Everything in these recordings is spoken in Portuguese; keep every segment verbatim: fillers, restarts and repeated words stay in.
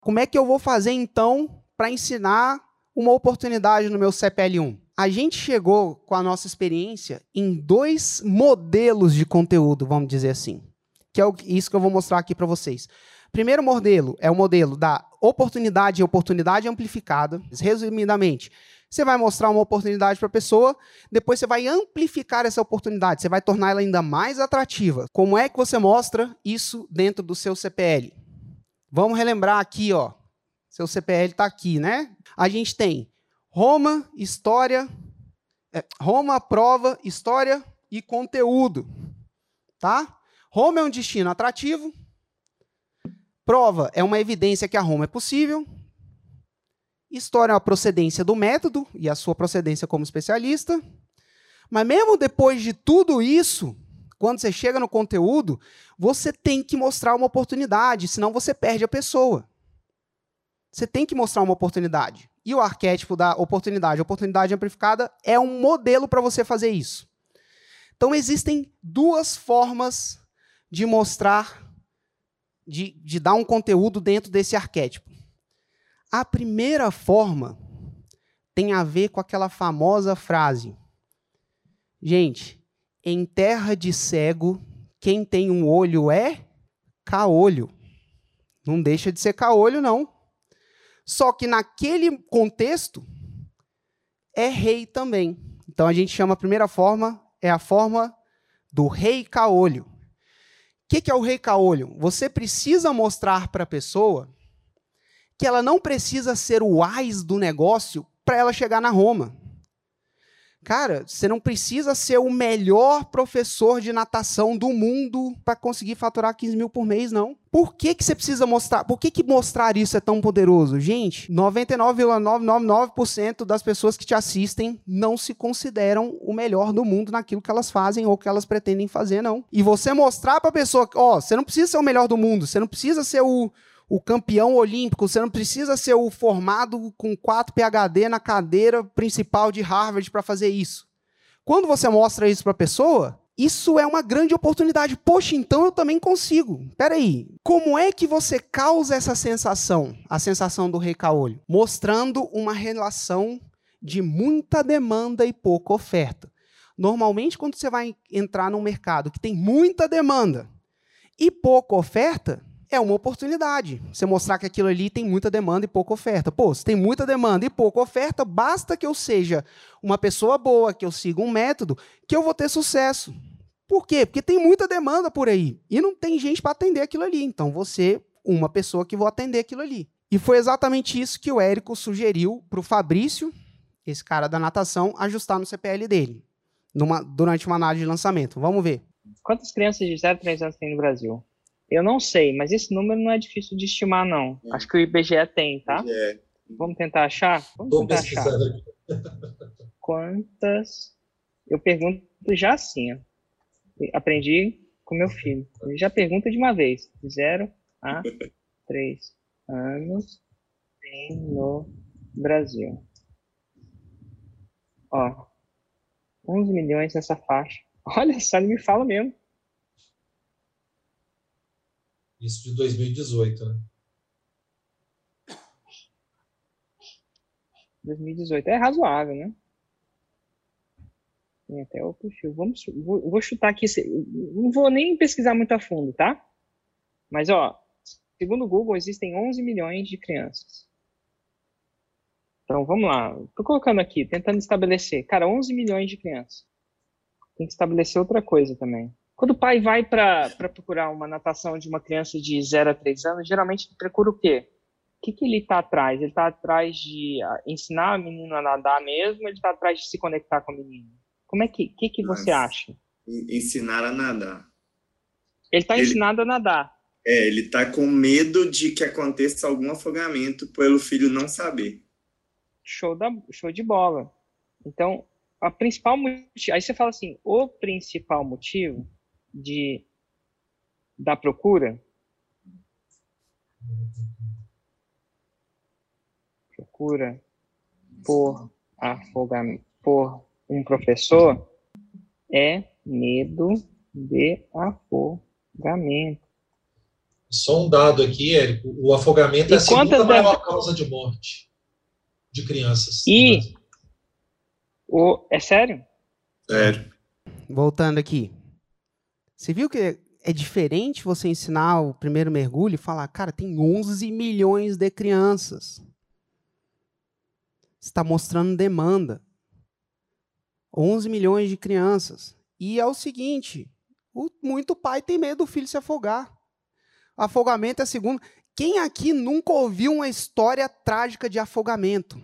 Como é que eu vou fazer, então, para ensinar uma oportunidade no meu C P L um? A gente chegou, com a nossa experiência, em dois modelos de conteúdo, vamos dizer assim, que é isso que eu vou mostrar aqui para vocês. Primeiro modelo é o modelo da oportunidade e oportunidade amplificada. Resumidamente, você vai mostrar uma oportunidade para a pessoa, depois você vai amplificar essa oportunidade, você vai tornar ela ainda mais atrativa. Como é que você mostra isso dentro do seu C P L? Vamos relembrar aqui, ó. Seu C P L está aqui, né? A gente tem Roma, história, é, Roma, prova, história e conteúdo, tá? Roma é um destino atrativo. Prova é uma evidência que a Roma é possível. História é a procedência do método e a sua procedência como especialista. Mas mesmo depois de tudo isso, quando você chega no conteúdo, você tem que mostrar uma oportunidade, senão você perde a pessoa. Você tem que mostrar uma oportunidade. E o arquétipo da oportunidade, oportunidade amplificada, é um modelo para você fazer isso. Então, existem duas formas de mostrar, de, de dar um conteúdo dentro desse arquétipo. A primeira forma tem a ver com aquela famosa frase. Gente, em terra de cego, quem tem um olho é caolho. Não deixa de ser caolho, não. Só que naquele contexto, é rei também. Então, a gente chama a primeira forma, é a forma do rei caolho. O que, que é o rei caolho? Você precisa mostrar para a pessoa que ela não precisa ser o ás do negócio para ela chegar na Roma. Cara, você não precisa ser o melhor professor de natação do mundo para conseguir faturar quinze mil por mês, não. Por que, que você precisa mostrar? Por que, que mostrar isso é tão poderoso? Gente, noventa e nove vírgula novecentos e noventa e nove por cento das pessoas que te assistem não se consideram o melhor do mundo naquilo que elas fazem ou que elas pretendem fazer, não. E você mostrar para a pessoa que, ó, você não precisa ser o melhor do mundo, você não precisa ser o... o campeão olímpico, você não precisa ser o formado com quatro P H D na cadeira principal de Harvard para fazer isso. Quando você mostra isso para a pessoa, isso é uma grande oportunidade. Poxa, então eu também consigo. Espera aí, como é que você causa essa sensação, a sensação do rei caolho? Mostrando uma relação de muita demanda e pouca oferta. Normalmente, quando você vai entrar num mercado que tem muita demanda e pouca oferta, é uma oportunidade. Você mostrar que aquilo ali tem muita demanda e pouca oferta. Pô, se tem muita demanda e pouca oferta, basta que eu seja uma pessoa boa, que eu siga um método, que eu vou ter sucesso. Por quê? Porque tem muita demanda por aí. E não tem gente para atender aquilo ali. Então, você, uma pessoa que vou atender aquilo ali. E foi exatamente isso que o Érico sugeriu para o Fabrício, esse cara da natação, ajustar no C P L dele, numa, durante uma análise de lançamento. Vamos ver. Quantas crianças de zero a três anos tem no Brasil? Eu não sei, mas esse número não é difícil de estimar, não. É. Acho que o I B G E tem, tá? É. Vamos tentar achar? Vamos Tô tentar achar. Quantas... Eu pergunto já assim, ó. Aprendi com meu filho. Ele já pergunta de uma vez. zero a três anos tem no Brasil. Ó, onze milhões nessa faixa. Olha só, ele me fala mesmo. Isso de dois mil e dezoito, né? dois mil e dezoito. É razoável, né? Tem até o perfil. Vamos, vou, vou chutar aqui. Não vou nem pesquisar muito a fundo, tá? Mas, ó, segundo o Google, existem onze milhões de crianças. Então, vamos lá. Tô colocando aqui, tentando estabelecer. Cara, onze milhões de crianças. Tem que estabelecer outra coisa também. Quando o pai vai para procurar uma natação de uma criança de zero a três anos, geralmente ele procura o quê? O que, que ele está atrás? Ele está atrás de ensinar a menina a nadar mesmo ou ele está atrás de se conectar com a menina? Como é que, que, que você acha? Ensinar a nadar. Ele está ele, ensinado a nadar. É, ele está com medo de que aconteça algum afogamento pelo filho não saber. Show, da, show de bola. Então, a principal motivo... Aí você fala assim, o principal motivo de, da procura... Procura por afogamento, por um professor é medo de afogamento. Só um dado aqui, Érico. O afogamento E é a segunda quantas maior deve- causa de morte de crianças. E- O... É sério? Sério. Voltando aqui. Você viu que é diferente você ensinar o primeiro mergulho e falar, cara, tem onze milhões de crianças. Você está mostrando demanda. onze milhões de crianças. E é o seguinte, o, muito pai tem medo do filho se afogar. Afogamento é a segunda. Quem aqui nunca ouviu uma história trágica de afogamento?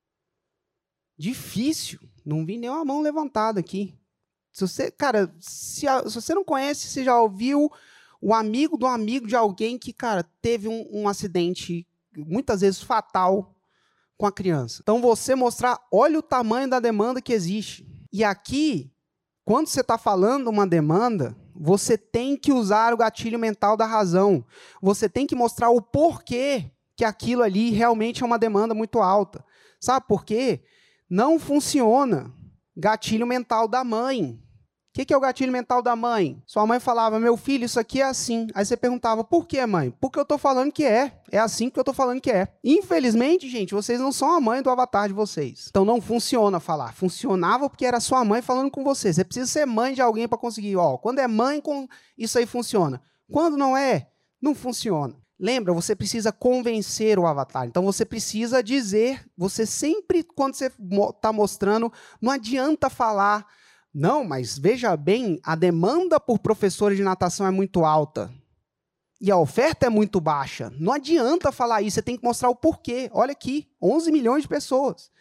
Difícil. Não vi nenhuma mão levantada aqui. Se você, cara, se, a, se você não conhece, você já ouviu o amigo do amigo de alguém que, cara, teve um, um acidente, muitas vezes fatal, com a criança. Então, você mostrar, olha o tamanho da demanda que existe. E aqui, quando você está falando uma demanda, você tem que usar o gatilho mental da razão. Você tem que mostrar o porquê que aquilo ali realmente é uma demanda muito alta. Sabe por quê? Não funciona gatilho mental da mãe. O que, que é o gatilho mental da mãe? Sua mãe falava, meu filho, isso aqui é assim. Aí você perguntava, por que, mãe? Porque eu tô falando que é. É assim que eu tô falando que é. Infelizmente, gente, vocês não são a mãe do avatar de vocês. Então não funciona falar. Funcionava porque era sua mãe falando com você. Você precisa ser mãe de alguém para conseguir. Ó, quando é mãe, com... isso aí funciona. Quando não é, não funciona. Lembra, você precisa convencer o avatar. Então você precisa dizer, você sempre, quando você está mostrando, não adianta falar, não, mas veja bem, a demanda por professores de natação é muito alta. E a oferta é muito baixa. Não adianta falar isso, você tem que mostrar o porquê. Olha aqui, onze milhões de pessoas.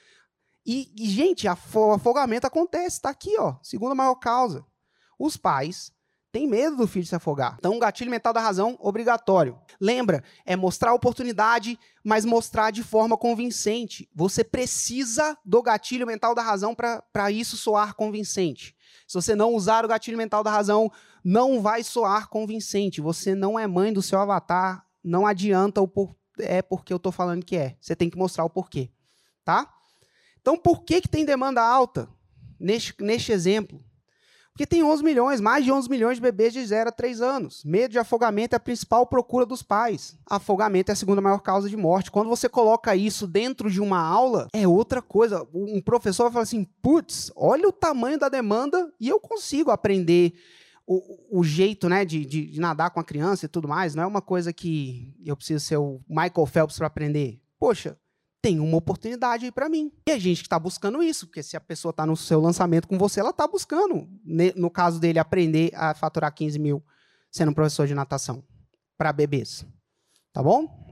E, e gente, o afogamento acontece, está aqui, ó, segunda maior causa. Os pais têm medo do filho se afogar. Então, o gatilho mental da razão, obrigatório. Lembra, é mostrar a oportunidade, mas mostrar de forma convincente. Você precisa do gatilho mental da razão para isso soar convincente. Se você não usar o gatilho mental da razão, não vai soar convincente. Você não é mãe do seu avatar, não adianta o por... é porque eu estou falando que é. Você tem que mostrar o porquê. Tá? Então, por que, que tem demanda alta neste, neste exemplo? Porque tem onze milhões, mais de onze milhões de bebês de zero a três anos. Medo de afogamento é a principal procura dos pais. Afogamento é a segunda maior causa de morte. Quando você coloca isso dentro de uma aula, é outra coisa. Um professor vai falar assim, putz, olha o tamanho da demanda e eu consigo aprender o, o jeito, né, de, de, de nadar com a criança e tudo mais. Não é uma coisa que eu preciso ser o Michael Phelps para aprender. Poxa, tem uma oportunidade aí para mim. E a gente que está buscando isso, porque se a pessoa está no seu lançamento com você, ela está buscando, no caso dele, aprender a faturar quinze mil sendo um professor de natação para bebês. Tá bom?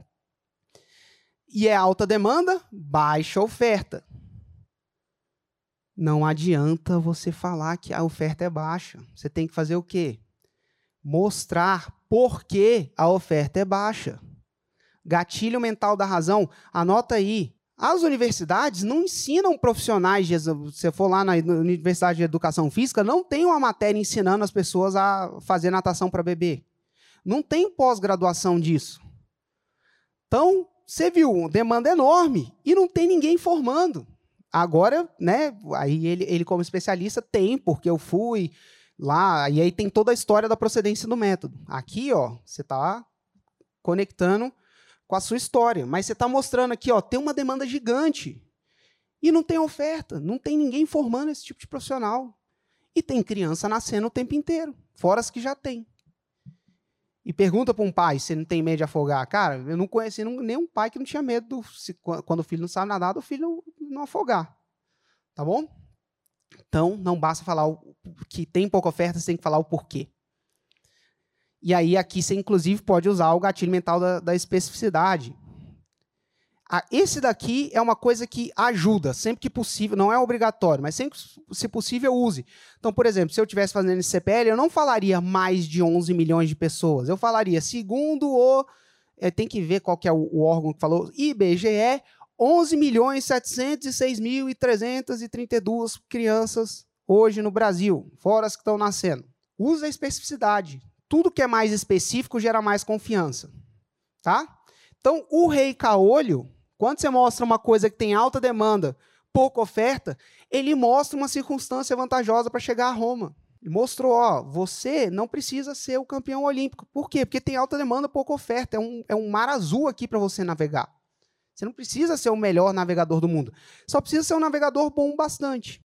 E é alta demanda, baixa oferta. Não adianta você falar que a oferta é baixa. Você tem que fazer o quê? Mostrar por que a oferta é baixa. Gatilho mental da razão, anota aí. As universidades não ensinam profissionais, de, se você for lá na Universidade de Educação Física, não tem uma matéria ensinando as pessoas a fazer natação para bebê. Não tem pós-graduação disso. Então, você viu, demanda enorme e não tem ninguém formando. Agora, né, aí ele, ele como especialista tem, porque eu fui lá, e aí tem toda a história da procedência do método. Aqui, ó, você está conectando com a sua história, mas você está mostrando aqui, ó, tem uma demanda gigante e não tem oferta, não tem ninguém formando esse tipo de profissional. E tem criança nascendo o tempo inteiro, fora as que já tem. E pergunta para um pai se não tem medo de afogar. Cara, eu não conheci nenhum pai que não tinha medo, do, se, quando o filho não sabe nadar, do filho não, não afogar. Tá bom? Então, não basta falar o, que tem pouca oferta, você tem que falar o porquê. E aí, aqui, você, inclusive, pode usar o gatilho mental da, da especificidade. Ah, esse daqui é uma coisa que ajuda, sempre que possível, não é obrigatório, mas sempre, se possível, use. Então, por exemplo, se eu estivesse fazendo esse C P L, eu não falaria mais de onze milhões de pessoas. Eu falaria, segundo o... É, tem que ver qual que é o, o órgão que falou, I B G E, onze milhões setecentos e seis mil trezentas e trinta e duas crianças hoje no Brasil, fora as que estão nascendo. Usa a especificidade. Tudo que é mais específico gera mais confiança. Tá? Então, o rei caolho, quando você mostra uma coisa que tem alta demanda, pouca oferta, ele mostra uma circunstância vantajosa para chegar a Roma. Ele mostrou, ó, você não precisa ser o campeão olímpico. Por quê? Porque tem alta demanda, pouca oferta. É um, é um mar azul aqui para você navegar. Você não precisa ser o melhor navegador do mundo. Só precisa ser um navegador bom bastante.